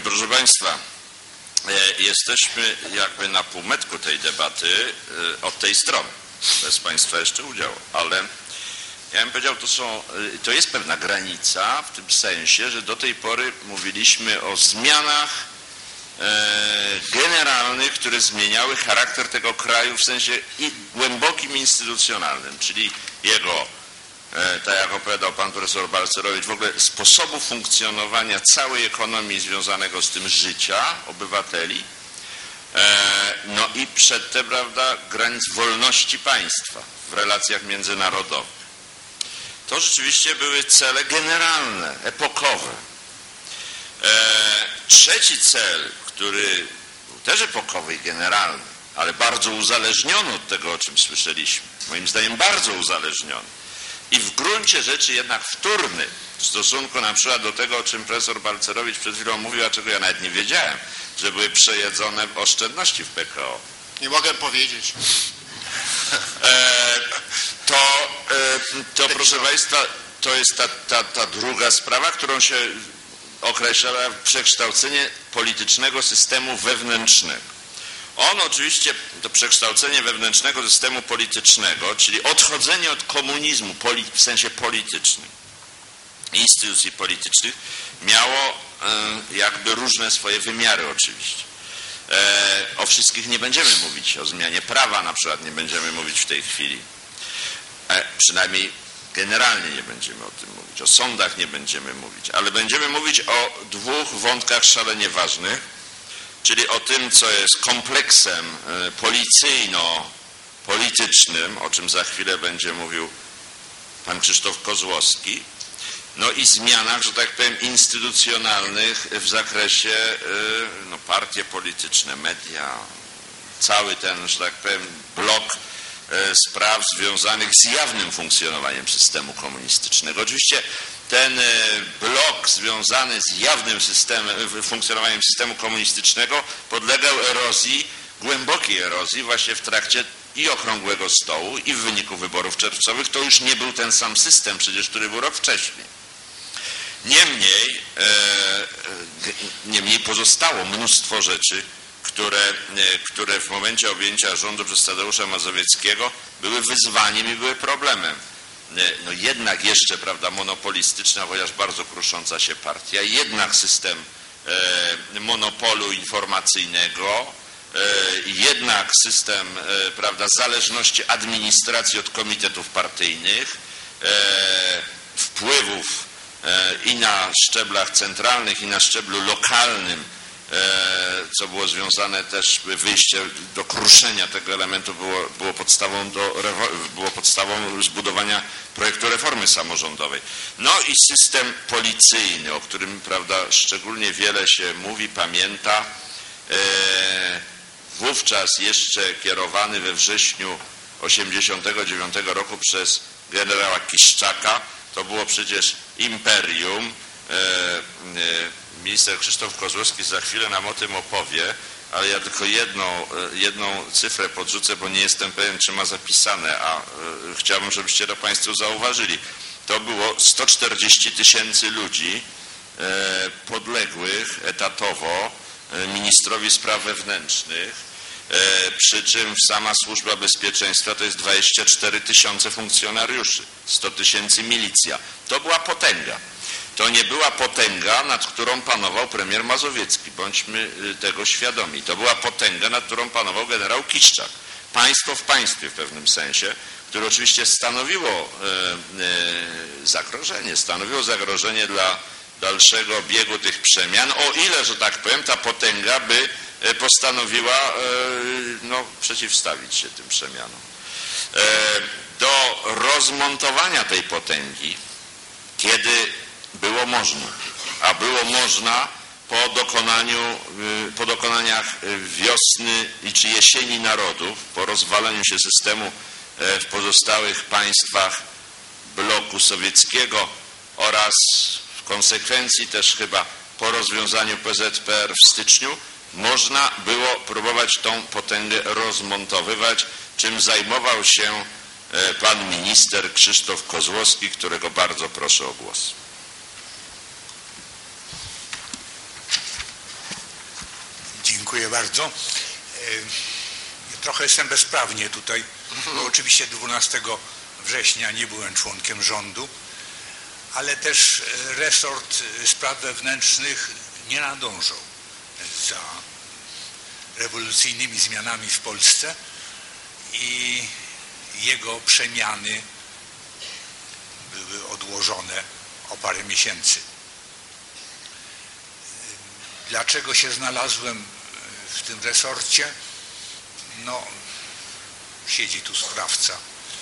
Proszę Państwa, jesteśmy jakby na półmetku tej debaty od tej strony, bez Państwa jeszcze udziału, ale ja bym powiedział, to jest pewna granica w tym sensie, że do tej pory mówiliśmy o zmianach generalnych, które zmieniały charakter tego kraju w sensie głębokim instytucjonalnym, czyli jego, tak jak opowiadał pan profesor Balcerowicz, w ogóle sposobu funkcjonowania całej ekonomii związanego z tym życia obywateli, no i przedtem, prawda, granic wolności państwa w relacjach międzynarodowych. To rzeczywiście były cele generalne, epokowe. Trzeci cel, który był też epokowy i generalny, ale bardzo uzależniony od tego, o czym słyszeliśmy, moim zdaniem bardzo uzależniony i w gruncie rzeczy jednak wtórny w stosunku na przykład do tego, o czym profesor Balcerowicz przed chwilą mówił, a czego ja nawet nie wiedziałem, że były przejedzone oszczędności w PKO. Nie mogę powiedzieć. To proszę Państwa, to jest ta druga sprawa, którą się określała przekształcenie politycznego systemu wewnętrznego. On oczywiście, to przekształcenie wewnętrznego systemu politycznego, czyli odchodzenie od komunizmu w sensie politycznym, instytucji politycznych, miało jakby różne swoje wymiary oczywiście. O wszystkich nie będziemy mówić, o zmianie prawa na przykład nie będziemy mówić w tej chwili. Przynajmniej generalnie nie będziemy o tym mówić, o sądach nie będziemy mówić, ale będziemy mówić o dwóch wątkach szalenie ważnych, czyli o tym, co jest kompleksem policyjno-politycznym, o czym za chwilę będzie mówił pan Krzysztof Kozłowski, no i zmianach, że tak powiem, instytucjonalnych w zakresie partie polityczne, media, cały ten, że tak powiem, blok spraw związanych z jawnym funkcjonowaniem systemu komunistycznego. Oczywiście ten blok związany z jawnym funkcjonowaniem systemu komunistycznego podlegał erozji, głębokiej erozji właśnie w trakcie i Okrągłego Stołu i w wyniku wyborów czerwcowych. To już nie był ten sam system przecież, który był rok wcześniej. Niemniej pozostało mnóstwo rzeczy, które w momencie objęcia rządu przez Tadeusza Mazowieckiego były wyzwaniem i były problemem. No jednak jeszcze, prawda, monopolistyczna, chociaż bardzo krusząca się partia, jednak system monopolu informacyjnego, jednak system, prawda, zależności administracji od komitetów partyjnych, wpływów i na szczeblach centralnych, i na szczeblu lokalnym, co było związane też, wyjście do kruszenia tego elementu było podstawą zbudowania projektu reformy samorządowej. No i system policyjny, o którym, prawda, szczególnie wiele się mówi, pamięta, wówczas jeszcze kierowany we wrześniu 1989 roku przez generała Kiszczaka. To było przecież imperium. Minister Krzysztof Kozłowski za chwilę nam o tym opowie, ale ja tylko jedną cyfrę podrzucę, bo nie jestem pewien, czy ma zapisane, a chciałbym, żebyście to Państwo zauważyli. To było 140 000 ludzi podległych etatowo ministrowi spraw wewnętrznych, przy czym sama Służba Bezpieczeństwa to jest 24 000 funkcjonariuszy, 100 000 milicja. To była potęga. To nie była potęga, nad którą panował premier Mazowiecki, bądźmy tego świadomi. To była potęga, nad którą panował generał Kiszczak. Państwo w państwie w pewnym sensie, które oczywiście stanowiło zagrożenie dla dalszego biegu tych przemian, o ile, że tak powiem, ta potęga by postanowiła przeciwstawić się tym przemianom. Do rozmontowania tej potęgi, kiedy było można, a było można po dokonaniach wiosny czy jesieni narodów, po rozwaleniu się systemu w pozostałych państwach bloku sowieckiego oraz w konsekwencji też chyba po rozwiązaniu PZPR w styczniu, można było próbować tą potęgę rozmontowywać, czym zajmował się pan minister Krzysztof Kozłowski, którego bardzo proszę o głos. Dziękuję bardzo. Trochę jestem bezprawnie tutaj, bo oczywiście 12 września nie byłem członkiem rządu, ale też resort spraw wewnętrznych nie nadążał za rewolucyjnymi zmianami w Polsce i jego przemiany były odłożone o parę miesięcy. Dlaczego się znalazłem w tym resorcie? No, siedzi tu sprawca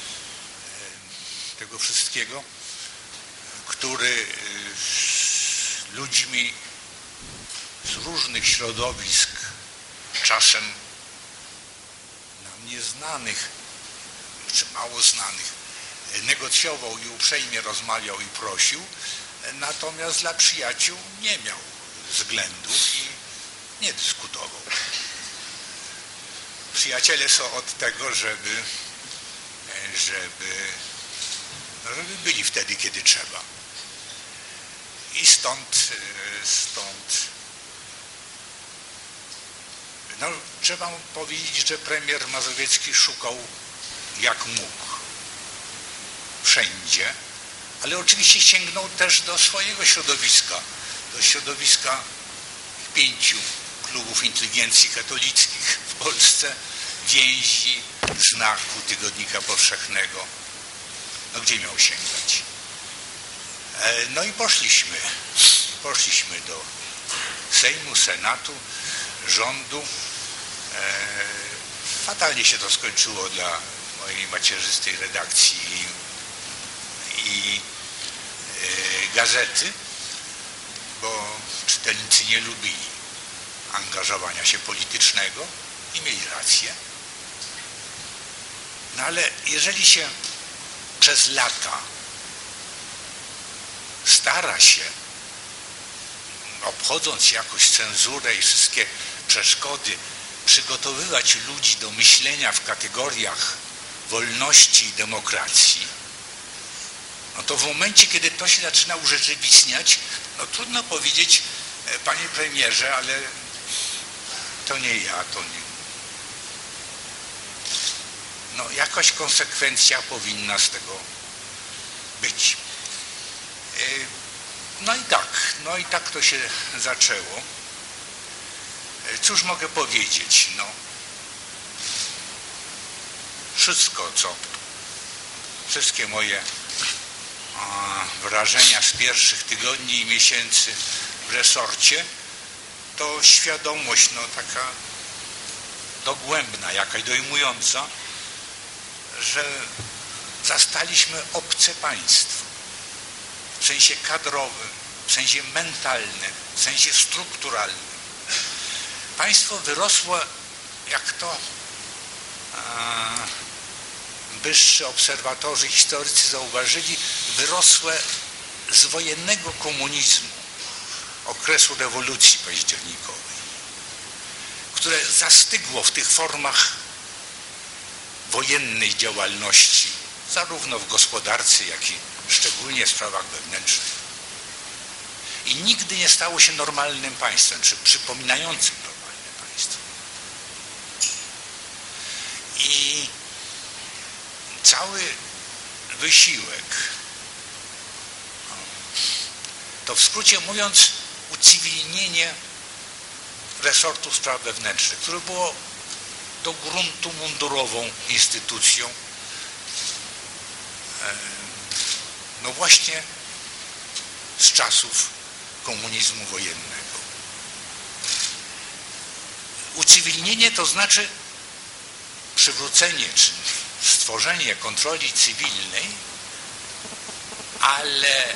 tego wszystkiego, który z ludźmi z różnych środowisk, czasem nam nieznanych, czy mało znanych, negocjował i uprzejmie rozmawiał i prosił, natomiast dla przyjaciół nie miał względów i nie dyskutował. Przyjaciele są od tego, żeby byli wtedy, kiedy trzeba. I stąd no, trzeba powiedzieć, że premier Mazowiecki szukał jak mógł wszędzie, ale oczywiście sięgnął też do swojego środowiska, do środowiska 5 klubów inteligencji katolickich w Polsce, Więzi, Znaku, Tygodnika Powszechnego. No gdzie miał sięgać? No i poszliśmy do Sejmu, Senatu, rządu. Fatalnie się to skończyło dla mojej macierzystej redakcji i gazety, bo czytelnicy nie lubili angażowania się politycznego i mieli rację. No ale jeżeli się przez lata stara się, obchodząc jakoś cenzurę i wszystkie przeszkody, przygotowywać ludzi do myślenia w kategoriach wolności i demokracji, no to w momencie, kiedy to się zaczyna urzeczywistniać, no trudno powiedzieć, panie premierze, ale to nie ja, to nie. No jakaś konsekwencja powinna z tego być. No i tak to się zaczęło. Cóż mogę powiedzieć? No, wszystkie moje wrażenia z pierwszych tygodni i miesięcy w resorcie to świadomość, no taka dogłębna, jakaś dojmująca, że zastaliśmy obce państwo w sensie kadrowym, w sensie mentalnym, w sensie strukturalnym. Państwo wyrosło, jak to wyższy obserwatorzy, historycy zauważyli, wyrosłe z wojennego komunizmu, okresu rewolucji październikowej, które zastygło w tych formach wojennej działalności, zarówno w gospodarce, jak i szczególnie w sprawach wewnętrznych. I nigdy nie stało się normalnym państwem, czy przypominającym normalne państwo. I cały wysiłek, to w skrócie mówiąc ucywilnienie resortu spraw wewnętrznych, które było do gruntu mundurową instytucją, no właśnie z czasów komunizmu wojennego. Ucywilnienie to znaczy przywrócenie czy stworzenie kontroli cywilnej, ale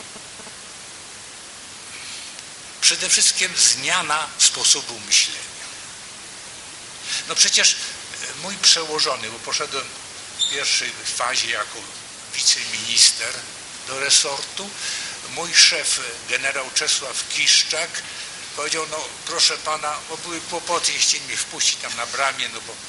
przede wszystkim zmiana sposobu myślenia. No przecież mój przełożony, bo poszedłem w pierwszej fazie jako wiceminister do resortu, mój szef, generał Czesław Kiszczak, powiedział, no proszę pana, bo były kłopoty, nie chcieli mnie wpuścić tam na bramie,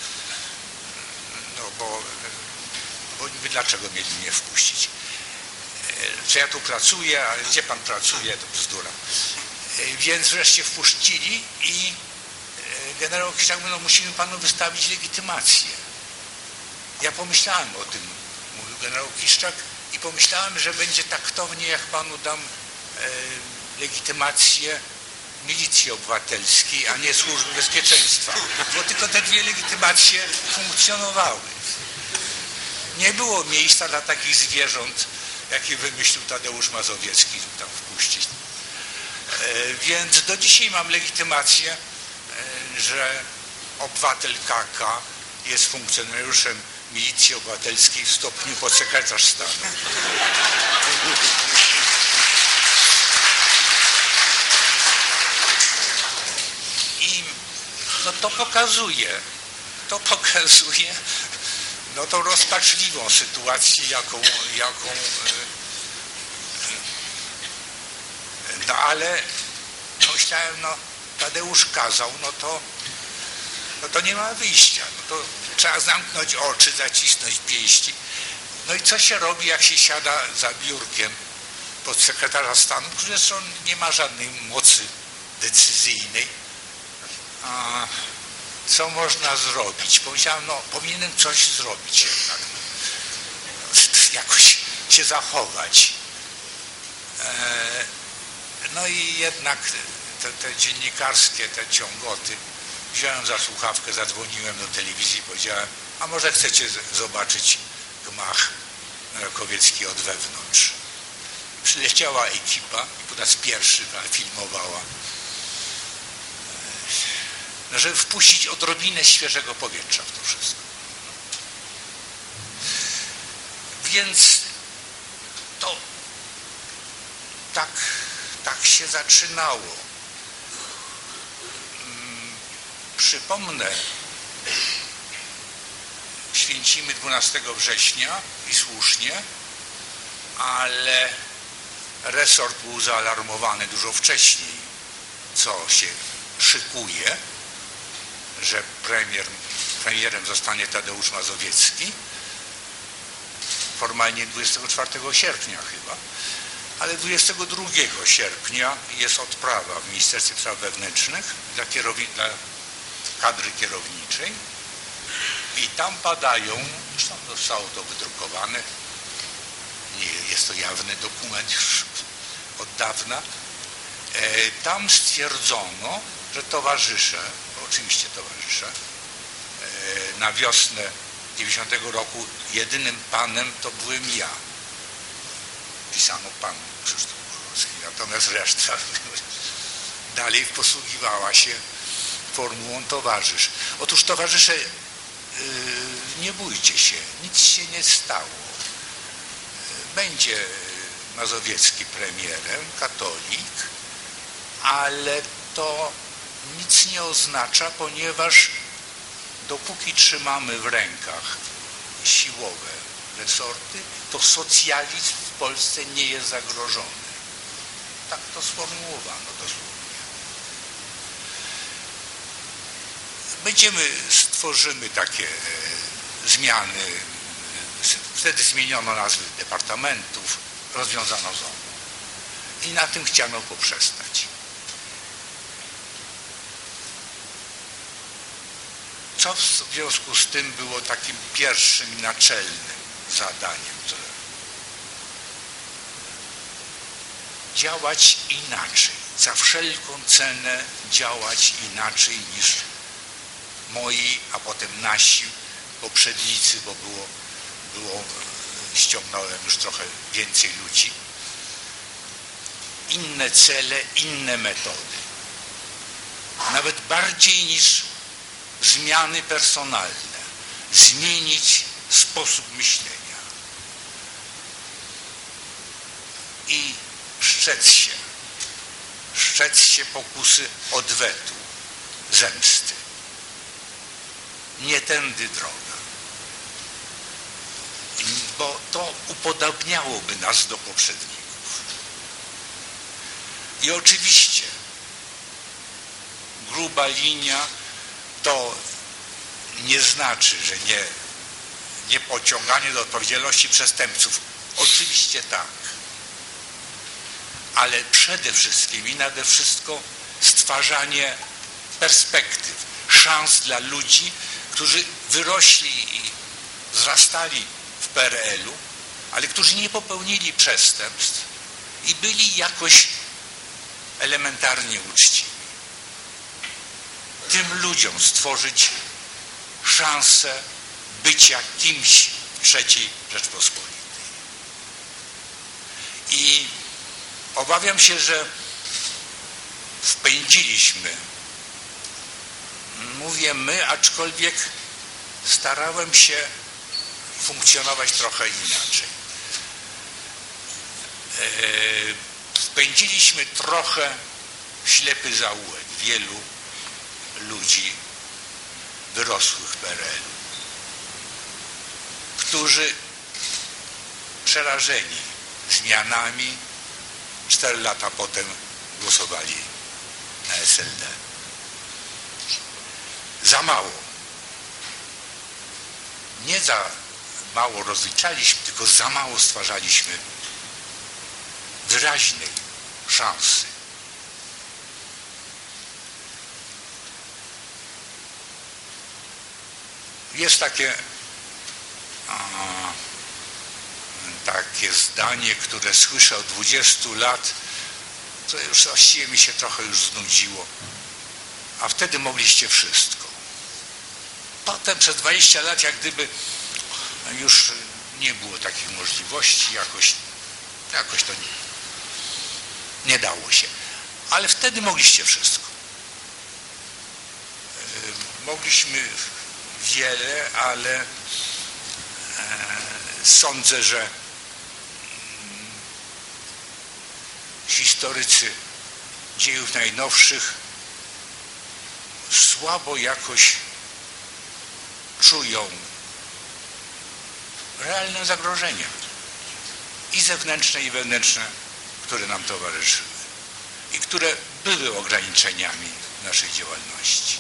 bo niby dlaczego mieli mnie wpuścić? Czy ja tu pracuję, a gdzie pan pracuje, to bzdura. Więc wreszcie wpuścili i generał Kiszczak mówi, no musimy panu wystawić legitymację. Ja pomyślałem o tym, mówił generał Kiszczak, i pomyślałem, że będzie taktownie, jak panu dam legitymację milicji obywatelskiej, a nie służby bezpieczeństwa. Bo tylko te dwie legitymacje funkcjonowały. Nie było miejsca dla takich zwierząt, jakie wymyślił Tadeusz Mazowiecki tam wpuścić. Więc do dzisiaj mam legitymację, że obywatel KK jest funkcjonariuszem milicji obywatelskiej w stopniu podsekretarz stanu. I no to pokazuje no tą rozpaczliwą sytuację, jaką no ale myślałem, no Tadeusz kazał, no to nie ma wyjścia, no to trzeba zamknąć oczy, zacisnąć pięści. No i co się robi, jak się siada za biurkiem podsekretarza stanu, który zresztą nie ma żadnej mocy decyzyjnej. A co można zrobić? Pomyślałem, no powinienem coś zrobić jednak. Jakoś się zachować. No i jednak te dziennikarskie, te ciągoty, wziąłem za słuchawkę, zadzwoniłem do telewizji i powiedziałem, a może chcecie zobaczyć gmach Rakowiecki od wewnątrz. Przyleciała ekipa i po raz pierwszy filmowała, żeby wpuścić odrobinę świeżego powietrza w to wszystko. Więc to tak się zaczynało. Przypomnę, święcimy 12 września i słusznie, ale resort był zaalarmowany dużo wcześniej, co się szykuje, że premierem zostanie Tadeusz Mazowiecki, formalnie 24 sierpnia chyba, ale 22 sierpnia jest odprawa w Ministerstwie Spraw Wewnętrznych dla kadry kierowniczej i tam padają, zresztą zostało to wydrukowane, nie jest to jawny dokument już od dawna, tam stwierdzono, że towarzysze, oczywiście towarzysze, na wiosnę 90 roku jedynym panem to byłem ja. Pisano pan Krzysztof Borowski, natomiast reszta dalej posługiwała się formułą towarzysz. Otóż towarzysze, nie bójcie się, nic się nie stało. Będzie Mazowiecki premierem, katolik, ale to nic nie oznacza, ponieważ dopóki trzymamy w rękach siłowe resorty, to socjalizm w Polsce nie jest zagrożony. Tak to sformułowano dosłownie. Stworzymy takie zmiany, wtedy zmieniono nazwy departamentów, rozwiązano ZOMO. I na tym chciano poprzestać. Co w związku z tym było takim pierwszym naczelnym zadaniem? Działać inaczej, za wszelką cenę działać inaczej niż moi, a potem nasi poprzednicy, bo ściągnąłem już trochę więcej ludzi. Inne cele, inne metody. Nawet bardziej niż zmiany personalne. Zmienić sposób myślenia. I strzec się pokusy odwetu, zemsty. Nie tędy droga. Bo to upodabniałoby nas do poprzedników. I oczywiście gruba linia to nie znaczy, że nie pociąganie do odpowiedzialności przestępców. Oczywiście tak. Ale przede wszystkim i nade wszystko stwarzanie perspektyw, szans dla ludzi, którzy wyrośli i wzrastali w PRL-u, ale którzy nie popełnili przestępstw i byli jakoś elementarnie uczciwi. Tym ludziom stworzyć szansę bycia kimś w III Rzeczpospolitej. I obawiam się, że wpędziliśmy, mówię my, aczkolwiek starałem się funkcjonować trochę inaczej. Wpędziliśmy trochę w ślepy zaułek wielu ludzi wyrosłych w PRL-u, którzy przerażeni zmianami 4 lata potem głosowali na SLD. Za mało. Nie za mało rozliczaliśmy, tylko za mało stwarzaliśmy wyraźnej szansy. Jest takie zdanie, które słyszę od 20 lat, to już właściwie mi się trochę już znudziło. A wtedy mogliście wszystko. Potem przez 20 lat jak gdyby już nie było takich możliwości, jakoś to nie dało się. Ale wtedy mogliście wszystko. Mogliśmy wiele, ale sądzę, że historycy dziejów najnowszych słabo jakoś czują realne zagrożenia i zewnętrzne, i wewnętrzne, które nam towarzyszyły i które były ograniczeniami naszej działalności.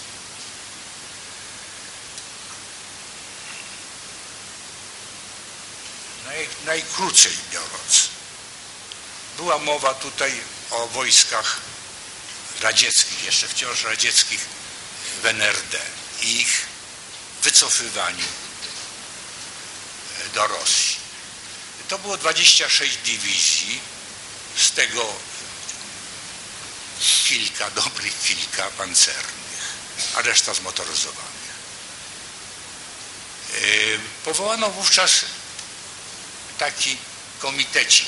Najkrócej biorąc, była mowa tutaj o wojskach radzieckich, jeszcze wciąż radzieckich w NRD i ich wycofywaniu do Rosji. To było 26 dywizji, z tego dobrych kilka pancernych, a reszta zmotoryzowanych. Powołano wówczas taki komitecik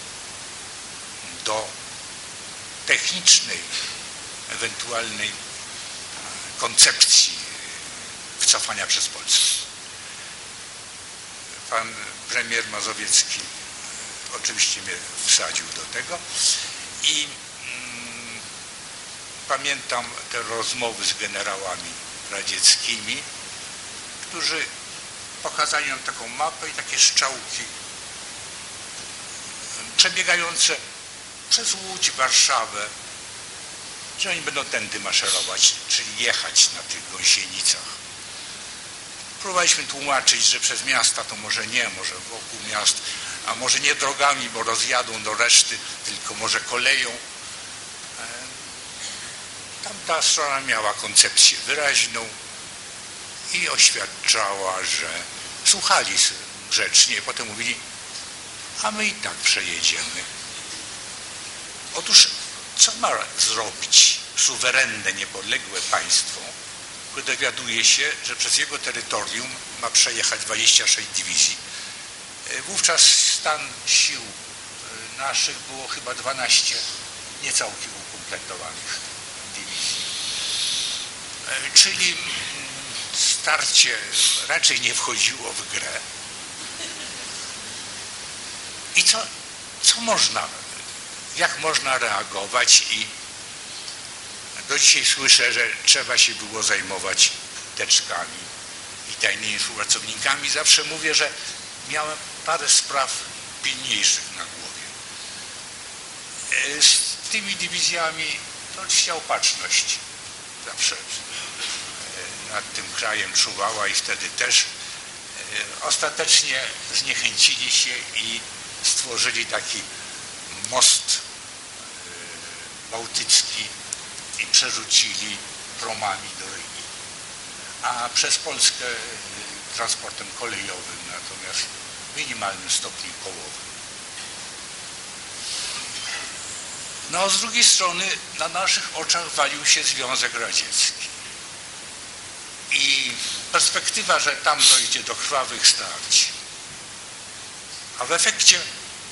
do technicznej, ewentualnej koncepcji wycofania przez Polskę. Pan premier Mazowiecki oczywiście mnie wsadził do tego i pamiętam te rozmowy z generałami radzieckimi, którzy pokazali nam taką mapę i takie strzałki przebiegające przez Łódź, Warszawę, że oni będą tędy maszerować, czyli jechać na tych gąsienicach. Próbowaliśmy tłumaczyć, że przez miasta to może nie, może wokół miast, a może nie drogami, bo rozjadą do reszty, tylko może koleją. Tamta strona miała koncepcję wyraźną i oświadczała, że słuchali grzecznie, potem mówili, a my i tak przejedziemy. Otóż co ma zrobić suwerenne, niepodległe państwo, które dowiaduje się, że przez jego terytorium ma przejechać 26 dywizji. Wówczas stan sił naszych było chyba 12 niecałkiem ukompletowanych dywizji. Czyli starcie raczej nie wchodziło w grę. I co można, jak można reagować? I do dzisiaj słyszę, że trzeba się było zajmować teczkami i tajnymi współpracownikami. Zawsze mówię, że miałem parę spraw pilniejszych na głowie. Z tymi dywizjami to oczywiście opatrzność zawsze nad tym krajem czuwała i wtedy też ostatecznie zniechęcili się i stworzyli taki most bałtycki i przerzucili promami do Rygi. a przez Polskę transportem kolejowym, natomiast w minimalnym stopniu kołowym. No a z drugiej strony na naszych oczach walił się Związek Radziecki. I perspektywa, że tam dojdzie do krwawych starć, a w efekcie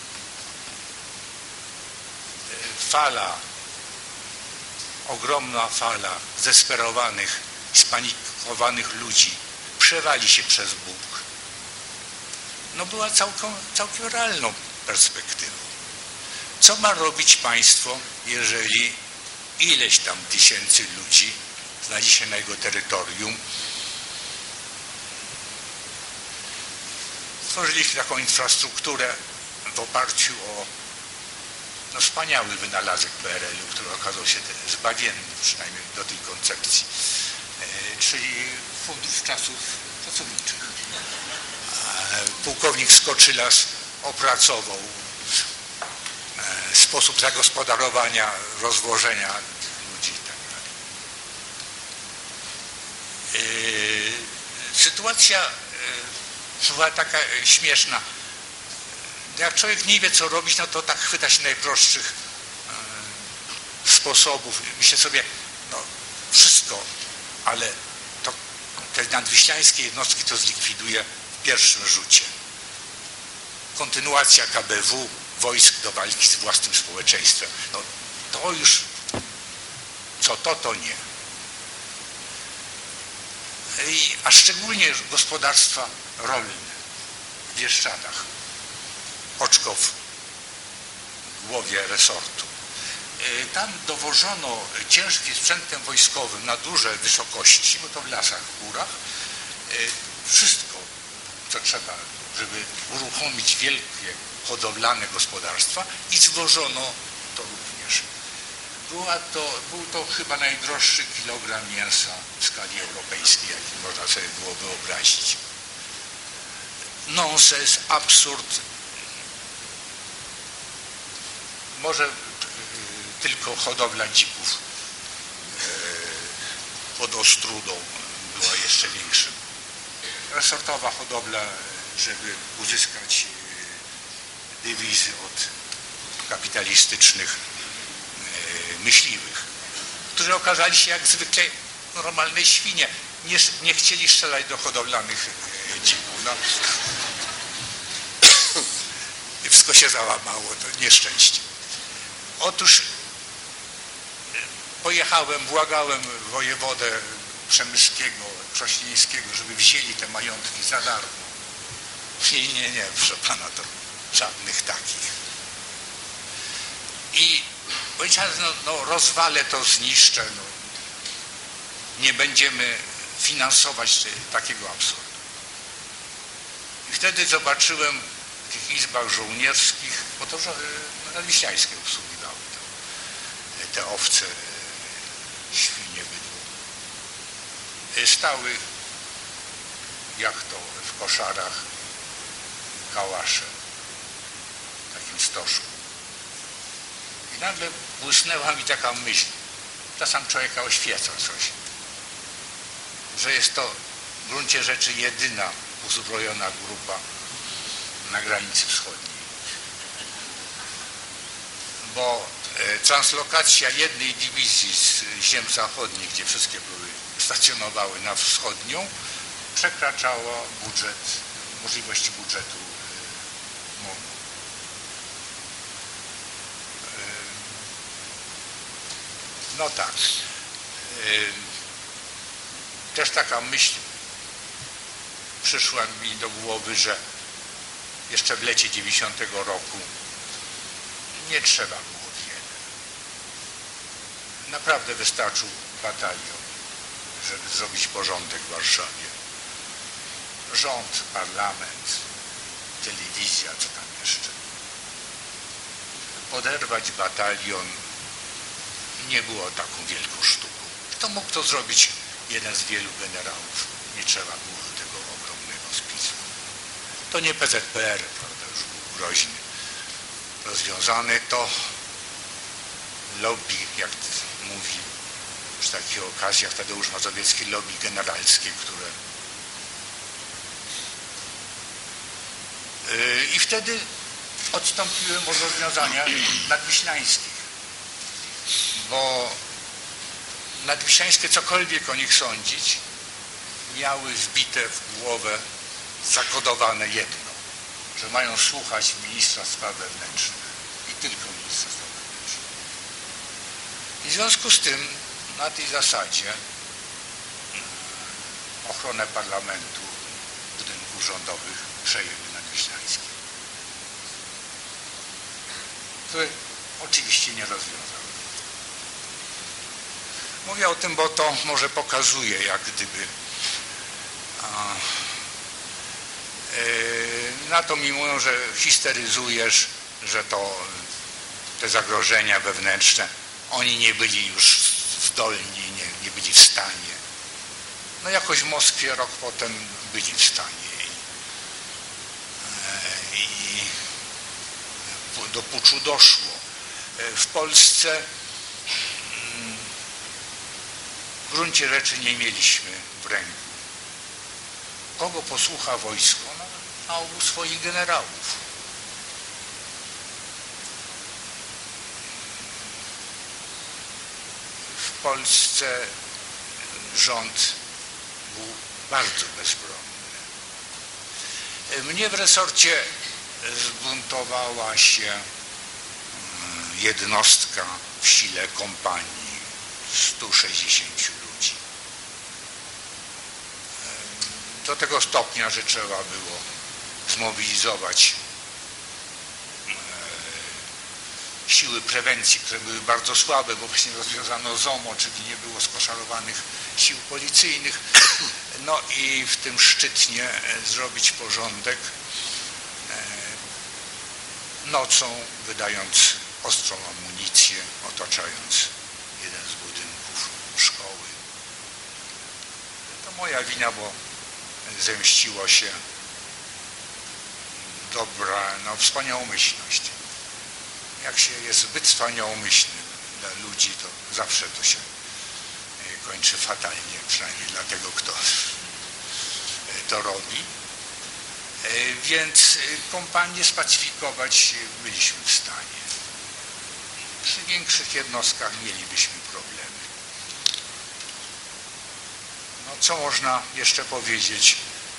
ogromna fala zdesperowanych, spanikowanych ludzi przewali się przez Bóg, no była całkiem realną perspektywą. Co ma robić państwo, jeżeli ileś tam tysięcy ludzi znajdzie się na jego terytorium? Stworzyliśmy taką infrastrukturę w oparciu o wspaniały wynalazek PRL-u, który okazał się zbawienny, przynajmniej do tej koncepcji, czyli fundusz czasów pracowniczych. Pułkownik Skoczylas opracował sposób zagospodarowania, rozwożenia ludzi i tak dalej. Sytuacja była taka śmieszna. Jak człowiek nie wie, co robić, no to tak chwyta się najprostszych sposobów. Myślę sobie, no wszystko, ale to te nadwiślańskie jednostki to zlikwiduje w pierwszym rzucie. Kontynuacja KBW, wojsk do walki z własnym społeczeństwem. No to już, co to nie. A szczególnie gospodarstwa rolne w Bieszczadach. Oczko w głowie resortu. Tam dowożono ciężkim sprzętem wojskowym na duże wysokości, bo to w lasach, w górach, wszystko, co trzeba, żeby uruchomić wielkie hodowlane gospodarstwa i zwożono to również. Był to chyba najdroższy kilogram mięsa w skali europejskiej, jaki można sobie było wyobrazić. Nonsens, absurd. Może tylko hodowla dzików pod Ostrudą była jeszcze większym. Resortowa hodowla, żeby uzyskać dywizy od kapitalistycznych myśliwych, którzy okazali się jak zwykle normalne świnie. Nie chcieli strzelać do hodowlanych dzików. No. Wszystko się załamało, to nieszczęście. Otóż pojechałem, błagałem wojewodę przemyskiego, krośnieńskiego, żeby wzięli te majątki za darmo. I nie, proszę pana, to żadnych takich. I powiedziałem, no rozwalę to, zniszczę, no. Nie będziemy finansować takiego absurdu. I wtedy zobaczyłem w tych izbach żołnierskich, bo to nadwiślańskie obsługiwały te owce, świnie, bydło. Stały, jak to w koszarach, kałasze w takim stożku. I nagle błysnęła mi taka myśl, czasem człowieka oświeca coś, że jest to w gruncie rzeczy jedyna uzbrojona grupa na granicy wschodniej. Bo translokacja jednej dywizji z ziem zachodnich, gdzie wszystkie były stacjonowały na wschodnią, przekraczała możliwości budżetu MON-u. No tak. Też taka myśl przyszła mi do głowy, że jeszcze w lecie 90 roku nie trzeba było wiele. Naprawdę wystarczył batalion, żeby zrobić porządek w Warszawie. Rząd, parlament, telewizja, co tam jeszcze. Poderwać batalion nie było taką wielką sztuką. To mógł to zrobić jeden z wielu generałów. Nie trzeba było do tego ogromnego spisu. To nie PZPR, prawda, już był groźny. Rozwiązane to lobby, jak mówi przy takich okazjach Tadeusz Mazowiecki lobby generalskie, które i wtedy odstąpiłem od rozwiązania nadwiślańskich, bo nadwiślańskie, cokolwiek o nich sądzić, miały wbite w głowę, zakodowane jedno, że mają słuchać ministra spraw wewnętrznych i tylko ministra spraw wewnętrznych. I w związku z tym na tej zasadzie ochronę parlamentu, budynków rządowych przejęły nadwiślańskie, które oczywiście nie rozwiązały. Mówię o tym, bo to może pokazuje, jak gdyby na to mi mówią, że histeryzujesz, że to te zagrożenia wewnętrzne, oni nie byli już zdolni, nie byli w stanie. No jakoś w Moskwie rok potem byli w stanie i do puczu doszło. W Polsce w gruncie rzeczy nie mieliśmy w ręku. Kogo posłucha wojsko? No, na ogół swoich generałów. W Polsce rząd był bardzo bezbronny. Mnie w resorcie zbuntowała się jednostka w sile kompanii 160 ludzi. Do tego stopnia, że trzeba było zmobilizować siły prewencji, które były bardzo słabe, bo właśnie rozwiązano ZOMO, czyli nie było skoszarowanych sił policyjnych. No i w tym Szczytnie zrobić porządek nocą, wydając ostrą amunicję, otaczając jeden z budynków szkoły. To moja wina, bo zemściło się dobra, wspaniałomyślność. Jak się jest zbyt wspaniałomyślnym dla ludzi, to zawsze to się kończy fatalnie, przynajmniej dla tego, kto to robi. Więc kompanię spacyfikować byliśmy w stanie. Przy większych jednostkach mielibyśmy problemy. No co można jeszcze powiedzieć?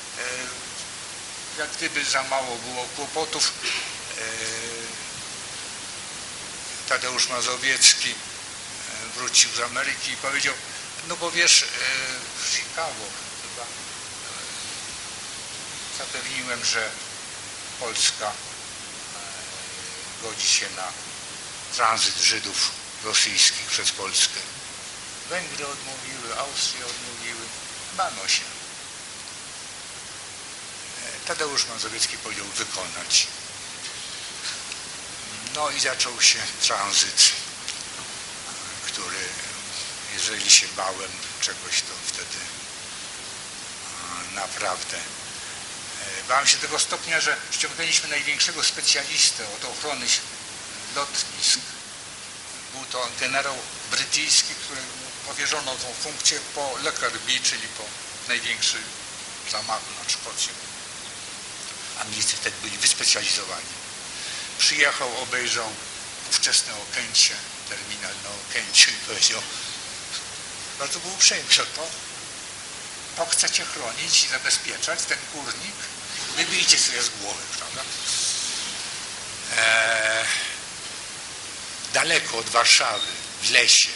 Jak gdyby za mało było kłopotów, Tadeusz Mazowiecki wrócił z Ameryki i powiedział, no bo wiesz, w Chicago chyba zapewniłem, że Polska godzi się na tranzyt Żydów rosyjskich przez Polskę. Węgry odmówiły, Austria odmówiły, bano się. Tadeusz Mazowiecki powiedział wykonać. No i zaczął się tranzyt, który, jeżeli się bałem czegoś, to wtedy naprawdę bałem się tego stopnia, że ściągnęliśmy największego specjalistę od ochrony lotnisk. Był to generał brytyjski, któremu powierzono tą funkcję po Lockerbie, czyli po największym zamachu nad Szkocją. Anglicy wtedy byli wyspecjalizowani. Przyjechał, obejrzał ówczesne Okęcie, terminal na Okęciu i powiedział, bardzo był uprzejmy, że to chcecie chronić i zabezpieczać, ten kurnik, wybijcie sobie z głowy, prawda? Daleko od Warszawy, w lesie.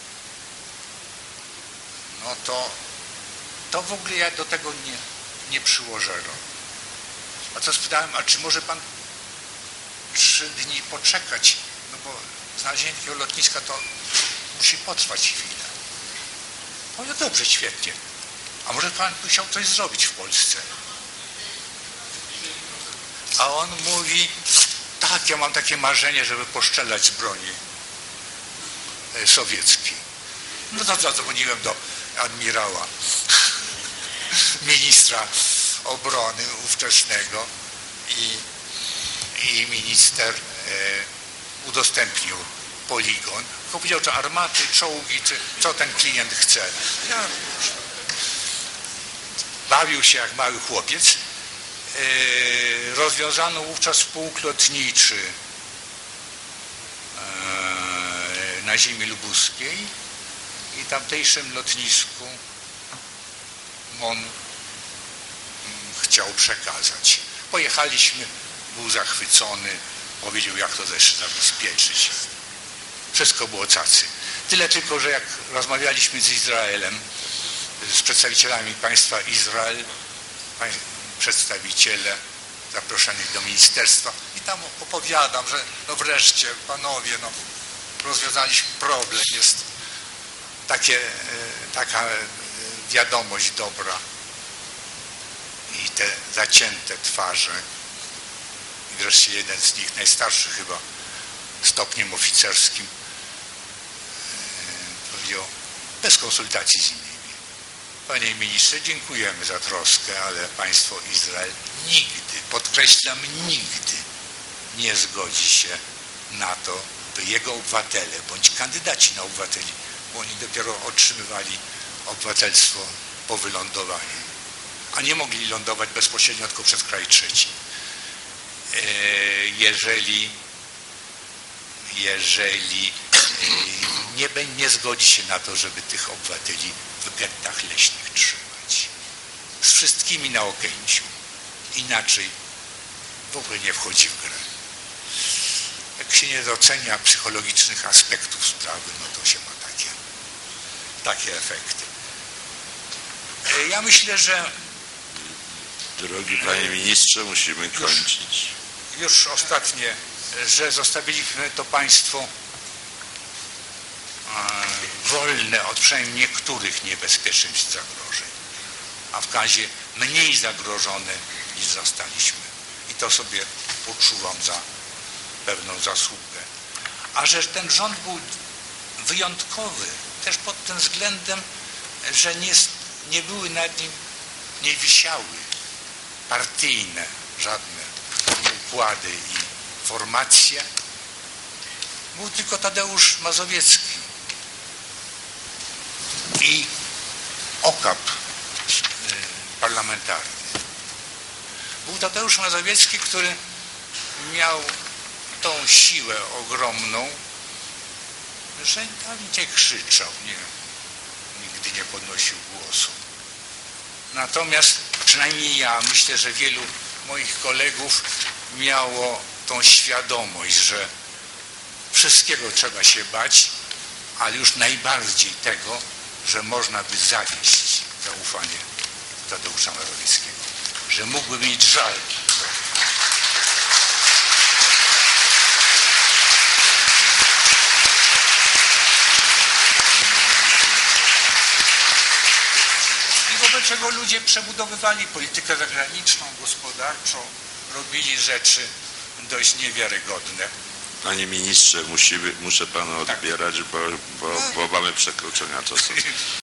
No to w ogóle ja do tego nie przyłożę rąk. A co spytałem, a czy może pan 3 dni poczekać, no bo znalezienie takiego lotniska to musi potrwać chwilę. No dobrze, świetnie. A może pan musiał coś zrobić w Polsce? A on mówi, tak, ja mam takie marzenie, żeby poszczelać z broni sowieckiej. No to zadzwoniłem do admirała, ministra obrony ówczesnego i minister udostępnił poligon, tylko powiedział, że armaty, czołgi, czy co ten klient chce. Ja bawił się jak mały chłopiec. Rozwiązano wówczas pułk lotniczy na ziemi lubuskiej i tamtejszym lotnisku on chciał przekazać. Pojechaliśmy, był zachwycony, powiedział, jak to też zabezpieczyć. Wszystko było cacy. Tyle tylko, że jak rozmawialiśmy z Izraelem, z przedstawicielami państwa Izrael, przedstawiciele zaproszeni do ministerstwa i tam opowiadam, że no wreszcie panowie, no rozwiązaliśmy problem, jest taka wiadomość dobra i te zacięte twarze i wreszcie jeden z nich, najstarszy chyba stopniem oficerskim, powiedział bez konsultacji z innymi: panie ministrze, dziękujemy za troskę, ale państwo Izrael nigdy, podkreślam nigdy, nie zgodzi się na to, by jego obywatele bądź kandydaci na obywateli, bo oni dopiero otrzymywali obywatelstwo po wylądowaniu, a nie mogli lądować bezpośrednio tylko przez kraj trzeci. Jeżeli nie zgodzi się na to, żeby tych obywateli w gettach leśnych trzymać. Z wszystkimi na Okęciu. Inaczej w ogóle nie wchodzi w grę. Jak się nie docenia psychologicznych aspektów sprawy, no to się ma takie efekty. Ja myślę, że... Drogi panie ministrze, musimy kończyć. Już ostatnie, że zostawiliśmy to państwo wolne od przynajmniej niektórych niebezpieczeństw zagrożeń, a w razie mniej zagrożone niż zostaliśmy. I to sobie poczuwam za pewną zasługę. A że ten rząd był wyjątkowy też pod tym względem, że nie były nad nim, nie wisiały partyjne żadne układy i formacje. Był tylko Tadeusz Mazowiecki i okap parlamentarny. Był Tadeusz Mazowiecki, który miał tą siłę ogromną, że tam nie krzyczał, nigdy nie podnosił głosu. Natomiast przynajmniej ja, myślę, że wielu moich kolegów miało tą świadomość, że wszystkiego trzeba się bać, ale już najbardziej tego, że można by zawieść zaufanie Tadeusza Mazowieckiego, że mógłby mieć żal. I wobec czego ludzie przebudowywali politykę zagraniczną, gospodarczą, robili rzeczy dość niewiarygodne. Panie ministrze, muszę panu odbierać, bo mamy przekroczenia czasu.